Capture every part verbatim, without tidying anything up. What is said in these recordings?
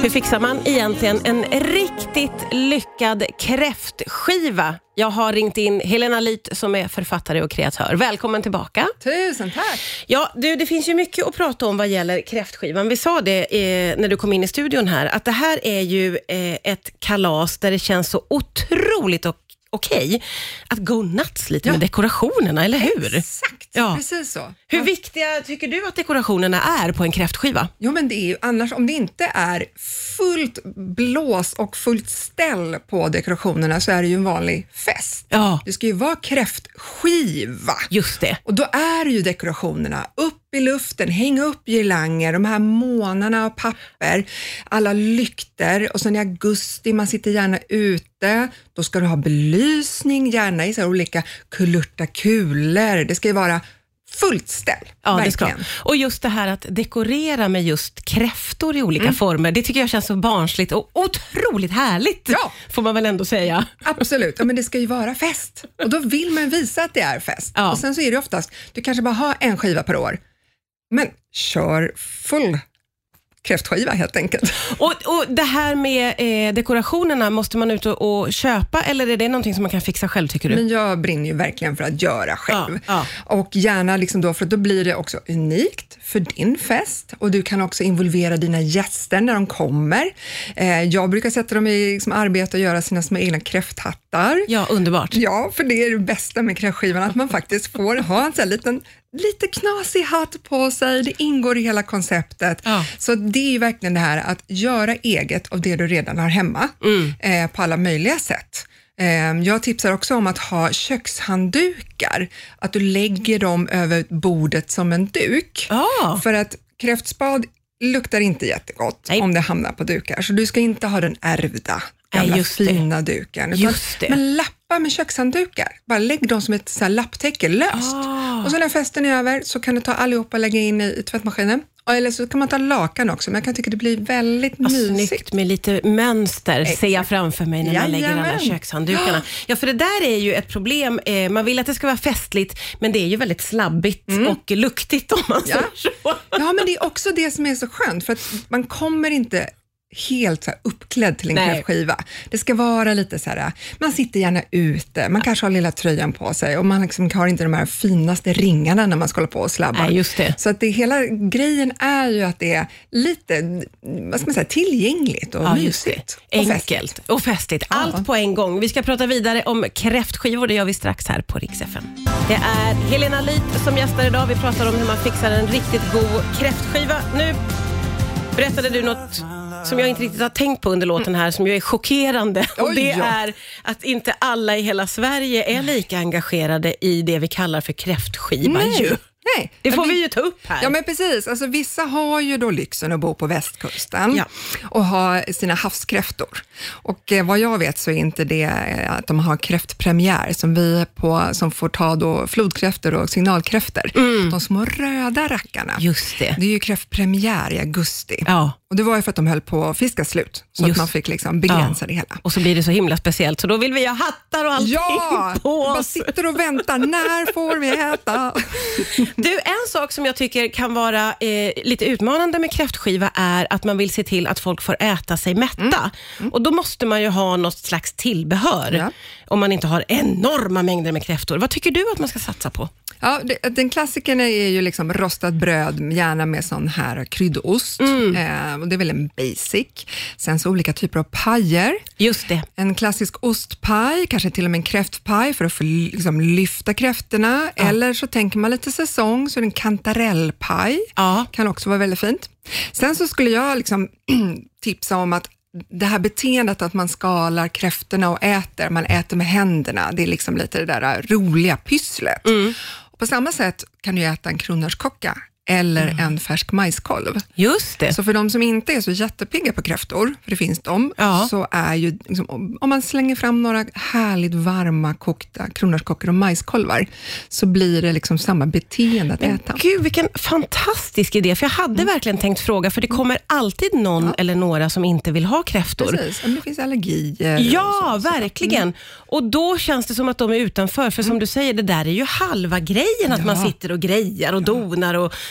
Hur fixar man egentligen en riktigt lyckad kräftskiva? Jag har ringt in Helena Lyth som är författare och kreatör. Välkommen tillbaka. Tusen tack. Ja, du, det finns ju mycket att prata om vad gäller kräftskivan. Vi sa det eh, när du kom in i studion här, att det här är ju eh, ett kalas där det känns så otroligt och okej att gå nuts lite ja. med dekorationerna, eller hur? Exakt, ja. precis så. Hur viktiga tycker du att dekorationerna är på en kräftskiva? Jo, men det är ju annars, om det inte är fullt blås och fullt ställ på dekorationerna så är det ju en vanlig fest. Ja. Det ska ju vara kräftskiva. Just det. Och då är det ju dekorationerna upp i luften, häng upp girlanger, de här månarna och papper, alla lykter, och sen i augusti, man sitter gärna ute, då ska du ha belysning, gärna i så här olika kulörta kulor. Det ska ju vara fullt ställ. Ja, verkligen. Det ska. Och just det här att dekorera med just kräftor i olika mm. former, det tycker jag känns så barnsligt och otroligt härligt, ja. får man väl ändå säga. Absolut, ja, men det ska ju vara fest. Och då vill man visa att det är fest. Ja. Och sen så är det oftast, du kanske bara har en skiva per år, men kör full kräftskiva helt enkelt. Och, och det här med eh, dekorationerna, måste man ut och, och köpa, eller är det någonting som man kan fixa själv, tycker du? Men jag brinner ju verkligen för att göra själv. Ja, ja. Och gärna liksom då, för då blir det också unikt för din fest, och du kan också involvera dina gäster när de kommer. Eh, jag brukar sätta dem i liksom, arbete och göra sina små egna kräfthattar. Ja, underbart. Ja, för det är det bästa med kräftskivan, att man faktiskt får ha en sån här liten lite knasig hatt på sig, det ingår i hela konceptet. Ja. Så det är ju verkligen det här att göra eget av det du redan har hemma mm. eh, på alla möjliga sätt. Eh, jag tipsar också om att ha kökshanddukar, att du lägger dem över bordet som en duk. Ja. För att kräftspad luktar inte jättegott Nej. om det hamnar på dukar, så du ska inte ha den ärvda gamla just fina det. duken. Utan, just det. Men lappa med kökshanddukar. Bara lägg dem som ett så här lapptäcke löst. Ah. Och så när festen är över så kan du ta allihopa och lägga in i, i tvättmaskinen. Eller så kan man ta lakan också, men jag kan tycka det blir väldigt ja, mysigt. Snyggt med lite mönster. Exakt. Ser jag framför mig när man Jajamän. lägger alla kökshanddukarna. Ja, för det där är ju ett problem. Man vill att det ska vara festligt, men det är ju väldigt slabbigt mm. och luktigt om man ja. säger så. Ja, men det är också det som är så skönt, för att man kommer inte helt så här uppklädd till en kräftskiva. Det ska vara lite så här, man sitter gärna ute, man kanske har lilla tröjan på sig och man liksom har inte de här finaste ringarna när man ska hålla på och slabba. Nej, just det. Så att det, hela grejen är ju att det är lite, vad ska man säga, tillgängligt och ja, mysigt. Och enkelt festligt. och festligt. Allt ja. på en gång. Vi ska prata vidare om kräftskivor, det gör vi strax här på Rix F M. Det är Helena Lyth som gästar idag. Vi pratar om hur man fixar en riktigt god kräftskiva. Nu berättade du något som jag inte riktigt har tänkt på under låten här, som ju är chockerande. Och det Oj, ja. är att inte alla i hela Sverige är lika engagerade i det vi kallar för kräftskiva. Nej. Ju. Nej. Det får vi, vi ju ta upp här. Ja, men precis. Alltså, vissa har ju då lyxen att bo på västkusten ja. och ha sina havskräftor. Och eh, vad jag vet så är inte det att de har kräftpremiär som vi på, som får ta då flodkräftor och signalkräftor. Mm. De små röda rackarna. Just det. Det är ju kräftpremiär i augusti. Ja. Och det var ju för att de höll på att fiska slut. Så Just. att man fick liksom begränsa ja. det hela. Och så blir det så himla speciellt. Så då vill vi ha hattar och allting ja, på oss. Ja, bara sitter och väntar. När får vi äta? Du, en sak som jag tycker kan vara eh, lite utmanande med kräftskiva är att man vill se till att folk får äta sig mätta. Mm. Mm. Och då måste man ju ha något slags tillbehör. Ja. Om man inte har enorma mängder med kräftor. Vad tycker du att man ska satsa på? Ja, det, den klassikern är ju liksom rostat bröd, gärna med sån här kryddost. Mm. Eh, och det är väl en basic. Sen så olika typer av pajer. Just det. En klassisk ostpaj, kanske till och med en kräftpaj för att få liksom lyfta kräftorna. Ja. Eller så tänker man lite säsong, så är det en kantarellpaj. Ja. Kan också vara väldigt fint. Sen så skulle jag liksom tipsa om att det här beteendet att man skalar kräftorna och äter, man äter med händerna, det är liksom lite det där roliga pysslet. Mm. Och på samma sätt kan du äta en kronärtskocka eller mm. en färsk majskolv. Just det. Så för de som inte är så jättepigga på kräftor, för det finns de, ja. så är ju, liksom, om man slänger fram några härligt varma kokta kronärtskockor och majskolvar, så blir det liksom samma beteende att Men äta. Gud, vilken fantastisk idé, för jag hade mm. verkligen tänkt fråga, för det kommer alltid någon ja. eller några som inte vill ha kräftor. Precis, om det finns allergier. Ja, och så, verkligen. Mm. Och då känns det som att de är utanför, för som mm. du säger, det där är ju halva grejen, att ja. man sitter och grejar och ja. donar och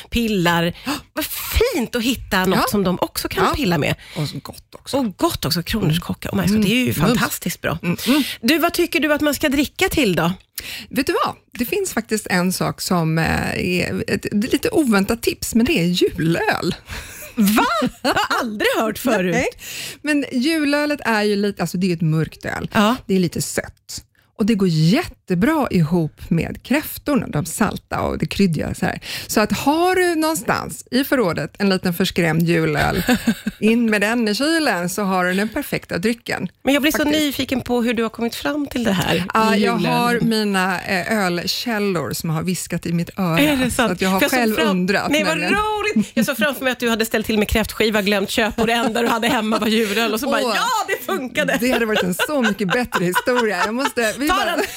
pillar. Vad fint att hitta något ja. som de också kan ja. pilla med. Och så gott också. Och gott också, kronärtskocka. Oh my God, det är ju fantastiskt bra. Mm. Mm. Du, vad tycker du att man ska dricka till då? Vet du vad? Det finns faktiskt en sak som är ett, ett lite oväntat tips, men det är julöl. Va? Jag har aldrig hört förut. Nej. Men julölet är ju lite, alltså det är ett mörkt öl. Ja. Det är lite sött. Och det går jättebra ihop med kräftorna, de salta och det kryddiga så här. Så att har du någonstans i förrådet en liten förskrämd julöl, in med den i kylen så har du den perfekta drycken. Men jag blir så faktiskt nyfiken på hur du har kommit fram till det här. Ja, jag har mina ölkällor som har viskat i mitt öra. Är det sant? Så att jag har jag själv fram... undrat. Nej, vad roligt! Jag såg framför mig att du hade ställt till med kräftskiva, glömt köp och det enda du hade hemma var julöl och så bara, oh, ja, det funkade! Det hade varit en så mycket bättre historia. Jag måste... Vi Ta bara... den!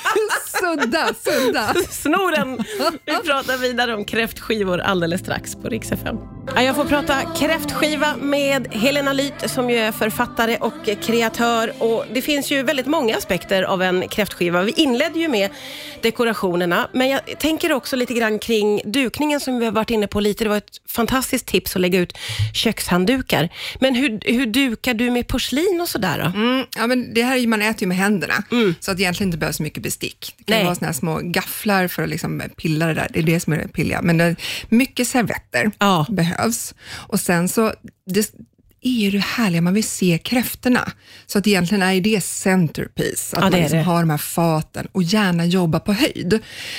Sudda, sudda. Snor den. Vi pratar vidare om kräftskivor alldeles strax på Rix F M. Jag får prata kräftskiva med Helena Lyth som ju är författare och kreatör. Och det finns ju väldigt många aspekter av en kräftskiva. Vi inledde ju med dekorationerna, men jag tänker också lite grann kring dukningen som vi har varit inne på lite. Det var ett fantastiskt tips att lägga ut kökshanddukar. Men hur, hur dukar du med porslin och sådär då? Mm, ja, men det här, man äter ju med händerna, mm. så att egentligen inte behövs så mycket bestick. Det kan Nej. vara såna här små gafflar för att liksom pilla det där. Det är det som är det pilliga. Men det, mycket servetter ja. behövs. Och sen så... Det, är ju det härliga, man vill se kräftorna. Så att egentligen är det centerpiece. Att ja, man liksom det. har de här faten och gärna jobba på höjd.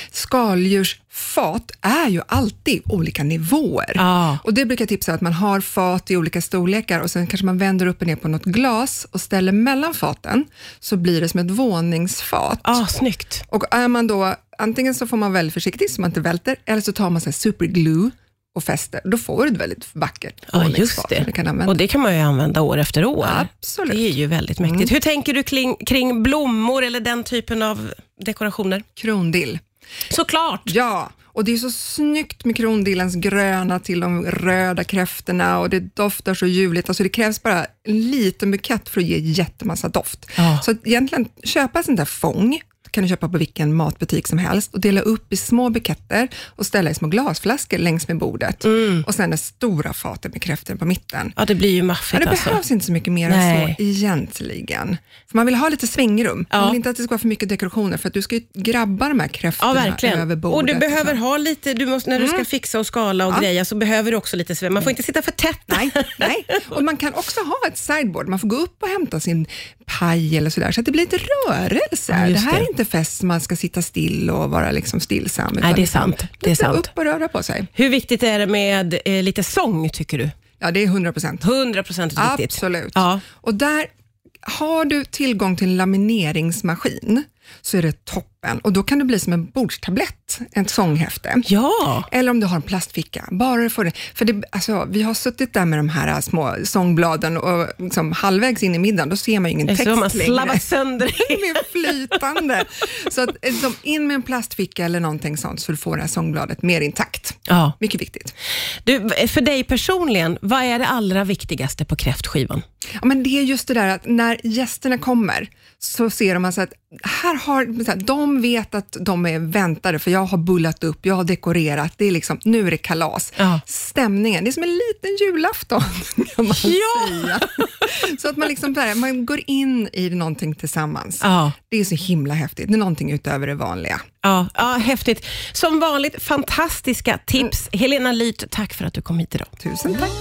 Skaldjursfat är ju alltid olika nivåer. Ja. Och det brukar jag tipsa att man har fat i olika storlekar och sen kanske man vänder upp och ner på något glas och ställer mellan faten så blir det som ett våningsfat. Ja, snyggt. Och är man då, antingen så får man väldigt försiktigt så man inte välter, eller så tar man så här superglue och fäster, då får du ett väldigt vackert ja, just det. Du kan använda. Och det kan man ju använda år efter år. Absolut. Det är ju väldigt mäktigt. Mm. Hur tänker du kring, kring blommor eller den typen av dekorationer? Krondill. Såklart! Ja, och det är så snyggt med krondillens gröna till de röda kräftorna och det doftar så ljuvligt. Alltså det krävs bara en liten bukett för att ge jättemassa doft. Ja. Så att egentligen köpa sånt där fång kan du köpa på vilken matbutik som helst och dela upp i små buketter och ställa i små glasflaskor längs med bordet. Mm. Och sen det stora fatet med kräftor på mitten. Ja, det blir ju maffigt. Ja, det alltså. behövs inte så mycket mer än så egentligen. För man vill ha lite svängrum. Ja. Man vill inte att det ska vara för mycket dekorationer för att du ska ju grabba de här kräftorna ja, över bordet. Och du behöver ha lite, du måste, när du mm. ska fixa och skala och ja. greja så behöver du också lite sväng. Man får inte sitta för tätt. Nej, nej. Och man kan också ha ett sideboard. Man får gå upp och hämta sin paj eller sådär så att det blir lite rörelse. Ja, det här det. är inte fest man ska sitta still och vara liksom stillsam. Nej, det är sant. Det är sant. Upp och röra på sig. Hur viktigt är det med eh, lite sång tycker du? Ja, det är hundra procent. hundra procent viktigt. Absolut. Ja. Och där har du tillgång till en lamineringsmaskin så är det toppen. Och då kan det bli som en bordstablett, ett sånghäfte. Ja. Eller om du har en plastficka. Bara för det. För det, alltså, vi har suttit där med de här små sångbladen och liksom, halvvägs in i middagen, då ser man ju ingen text längre. Så man slabbar sönder. Det är flytande. Så att, liksom, in med en plastficka eller någonting sånt så du får det här sångbladet mer intakt. Ja. Mycket viktigt. Du, för dig personligen, vad är det allra viktigaste på kräftskivan? Ja, men det är just det där att när gästerna kommer så ser de alltså att här har, de vet att de är väntade för jag har bullat upp, jag har dekorerat, det är liksom, nu är det kalas. Ja. Stämningen, det är som en liten julafton kan man ja. säga. Så att man liksom där, man går in i någonting tillsammans. Ja. Det är så himla häftigt, det är någonting utöver det vanliga. Ja, ja, häftigt. Som vanligt, fantastiska tips. Mm. Helena Lyth, tack för att du kom hit idag. Tusen tack.